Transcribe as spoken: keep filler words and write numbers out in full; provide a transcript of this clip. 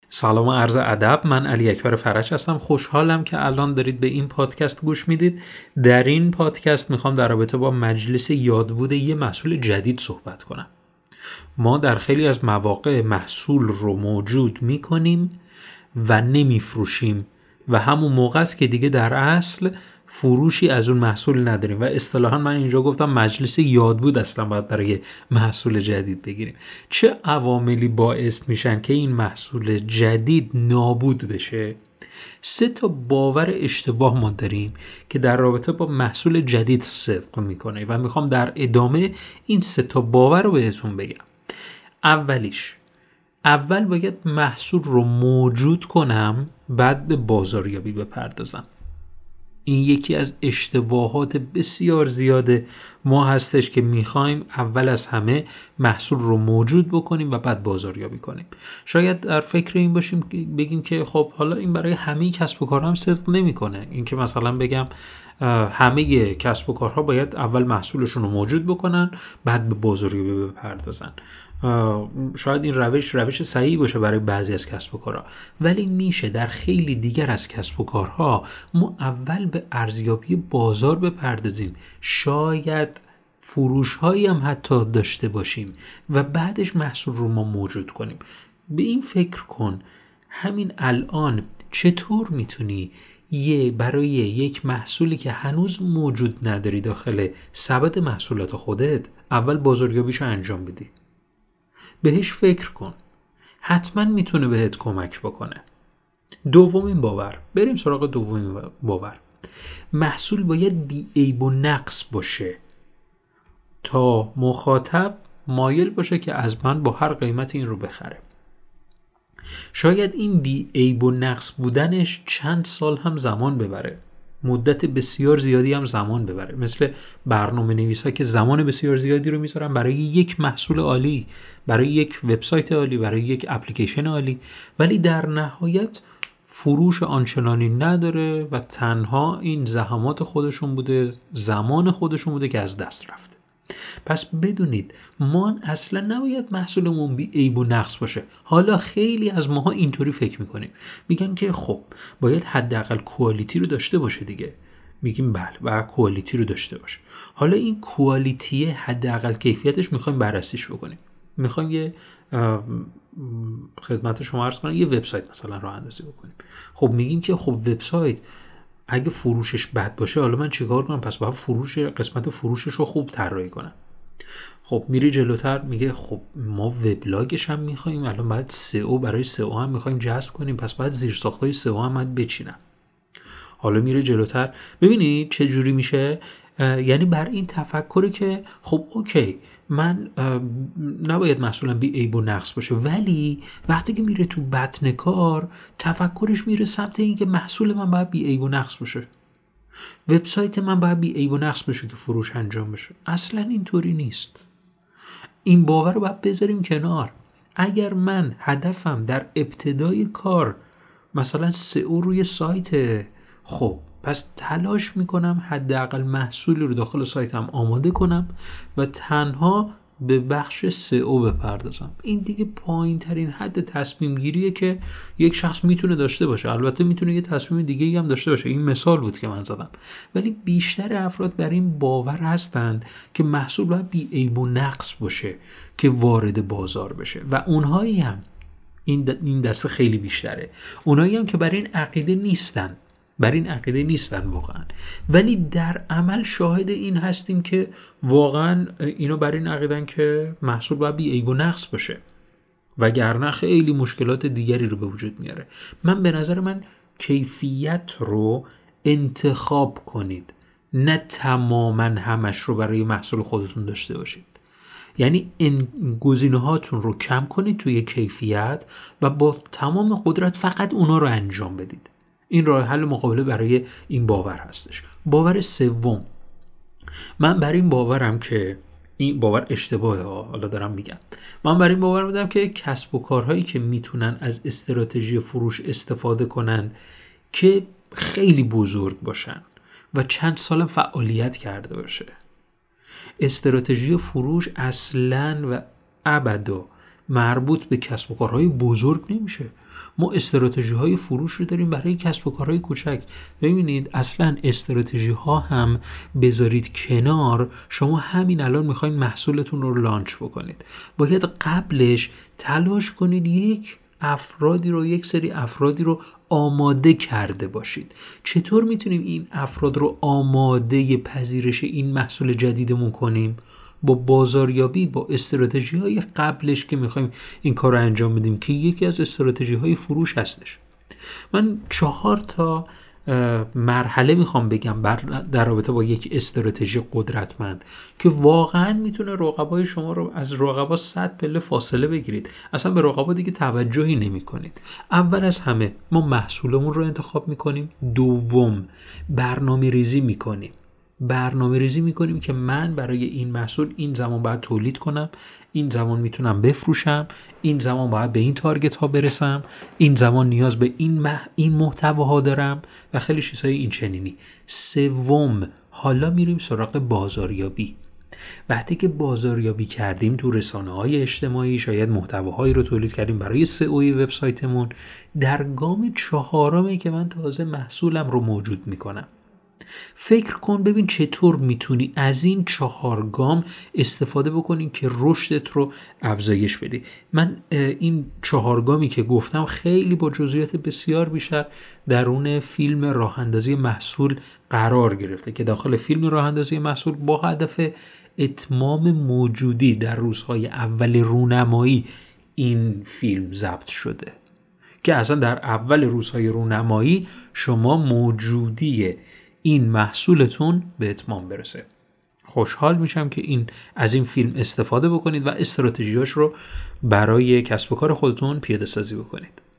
سلام و عرض ادب. من علی اکبر فرج هستم. خوشحالم که الان دارید به این پادکست گوش میدید. در این پادکست میخوام در رابطه با مجلس یادبود یه محصول جدید صحبت کنم. ما در خیلی از مواقع محصول رو موجود میکنیم و نمیفروشیم و همون موقع است که دیگه در اصل فروشی از اون محصول نداریم و اصطلاحاً من اینجا گفتم مجلس یادبود اصلا باید برای محصول جدید بگیریم. چه عواملی باعث میشن که این محصول جدید نابود بشه؟ سه تا باور اشتباه ما داریم که در رابطه با محصول جدید صدق میکنه و میخوام در ادامه این سه تا باور رو بهتون بگم. اولیش، اول باید محصول رو موجود کنم بعد به بازاریابی بپردازم. این یکی از اشتباهات بسیار زیاد ما هستش که میخوایم اول از همه محصول رو موجود بکنیم و بعد بازاریابی کنیم. شاید در فکر این باشیم بگیم که خب حالا این برای همه کسب و کارها هم صدق نمیکنه. این که مثلا بگم همه کسب و کارها باید اول محصولشون رو موجود بکنن بعد به بازاریابی بپردازن. شاید این روش روش صحیحی باشه برای بعضی از کسب و کارها، ولی میشه در خیلی دیگر از کسب و کارها ما اول به ارزیابی بازار بپردازیم، شاید فروش هایی هم حتی داشته باشیم و بعدش محصول رو ما موجود کنیم. به این فکر کن همین الان چطور میتونی یه برای یک محصولی که هنوز موجود نداری داخل سبد محصولات خودت اول بازاریابیشو انجام بدی. بهش فکر کن، حتما میتونه بهت کمک بکنه. دومین باور، بریم سراغ دومین باور. محصول باید بی عیب و نقص باشه تا مخاطب مایل باشه که از من با هر قیمت این رو بخره. شاید این بی عیب و نقص بودنش چند سال هم زمان ببره، مدت بسیار زیادی هم زمان ببره، مثل برنامه نویسا که زمان بسیار زیادی رو میذارن برای یک محصول عالی، برای یک وبسایت عالی، برای یک اپلیکیشن عالی، ولی در نهایت فروش آنچنانی نداره و تنها این زحمات خودشون بوده، زمان خودشون بوده که از دست رفته. پس بدونید ما اصلا نباید محصولمون بی عیب و نقص باشه. حالا خیلی از ماها اینطوری فکر میکنیم، میگن که خب باید حداقل کوالیتی رو داشته باشه دیگه. میگیم بله باید کوالیتی رو داشته باشه. حالا این کوالیتی حداقل کیفیتش میخوایم بررسیش بکنیم، میخوایم یه خدمت شما عرض کنم یه وبسایت مثلا راه اندازی بکنیم. خب میگیم که خب وبسایت اگه فروشش بد باشه حالا من چیکار کنم؟ پس باید فروش قسمت فروشش رو خوب طراحی کنم. خب میری جلوتر میگه خب ما وبلاگش هم میخوایم، الان باید سئو، برای سئو هم میخوایم جذب کنیم، پس باید زیرساختای سئو هم باید بچینم. حالا میره جلوتر، ببینید چه جوری میشه. یعنی بر این تفکری که خب اوکی من نباید محصولم بی عیب و نقص باشه، ولی وقتی که میره تو بطن کار تفکرش میره سمت این که محصول من باید بی عیب و نقص باشه، وبسایت من باید بی عیب و نقص باشه که فروش انجام بشه. اصلا اینطوری نیست. این باور رو باید بذاریم کنار. اگر من هدفم در ابتدای کار مثلا سئو روی سایت، خب پس تلاش میکنم حداقل محصولی رو داخل سایتم آماده کنم و تنها به بخش سئو بپردازم. این دیگه پایین ترین حد تصمیم گیریه که یک شخص میتونه داشته باشه. البته میتونه یه تصمیم دیگه هم داشته باشه، این مثال بود که من زدم، ولی بیشتر افراد بر این باور هستند که محصول باید بی عیب و نقص باشه که وارد بازار بشه و اونهایی هم این دسته خیلی بیشتره، اونهایی هم که بر این عقیده نیستن بر این عقیده نیستن واقعا، ولی در عمل شاهد این هستیم که واقعا اینا بر این عقیدن که محصول باید بی عیب و نقص باشه، وگرنه خیلی مشکلات دیگری رو به وجود میاره. من به نظر من کیفیت رو انتخاب کنید، نه تماما همش رو برای محصول خودتون داشته باشید. یعنی گزینه‌هاتون رو کم کنید توی کیفیت و با تمام قدرت فقط اونا رو انجام بدید. این راه حل مقابله برای این باور هستش. باور سوم، من بر این باورم که این باور اشتباهه، حالا دارم میگم، من بر این باور میدم که کسب و کارهایی که میتونن از استراتژی فروش استفاده کنن که خیلی بزرگ باشن و چند سال فعالیت کرده باشه، استراتژی فروش اصلاً و ابدا مربوط به کسب و کارهای بزرگ نمیشه. ما استراتژی های فروش رو داریم برای کسب و کارهای کوچک. ببینید اصلا استراتژی ها هم بذارید کنار، شما همین الان میخواین محصولتون رو لانچ بکنید، باید قبلش تلاش کنید یک افرادی رو یک سری افرادی رو آماده کرده باشید. چطور میتونیم این افراد رو آماده پذیرش این محصول جدیدمون کنیم؟ با بازاریابی، با استراتژی های قبلش که میخوایم این کار رو انجام بدیم که یکی از استراتژی های فروش هستش. من چهار تا مرحله میخوام بگم در رابطه با یک استراتژی قدرتمند که واقعا میتونه رقبای شما رو از رقبا صد پله فاصله بگیرید، اصلا به رقبا دیگه توجهی نمی کنید. اول از همه ما محصولمون رو انتخاب میکنیم. دوم برنامه ریزی میکنیم. برنامه ریزی میکنیم که من برای این محصول این زمان باید تولید کنم، این زمان میتونم بفروشم، این زمان باید به این تارگت ها برسم، این زمان نیاز به این مح... این محتواها دارم و خیلی چیزهای این چنینی. سوم حالا میریم سراغ بازاریابی. وقتی که بازاریابی کردیم تو رسانه‌های اجتماعی، شاید محتواهایی رو تولید کردیم برای سئو وبسایتمون، در گام چهارمی که من تازه محصولم رو موجود میکنم. فکر کن ببین چطور میتونی از این چهار گام استفاده بکنی که رشدت رو افزایش بدی. من این چهار گامی که گفتم خیلی با جزئیات بسیار بیشتر درون فیلم راه اندازی محصول قرار گرفته که داخل فیلم راه اندازی محصول با هدف اتمام موجودی در روزهای اول رونمایی این فیلم ضبط شده که اصلا در اول روزهای رونمایی شما موجودی این محصولتون به اتمام برسه. خوشحال میشم که این از این فیلم استفاده بکنید و استراتژیاش رو برای کسب و کار خودتون پیاده سازی بکنید.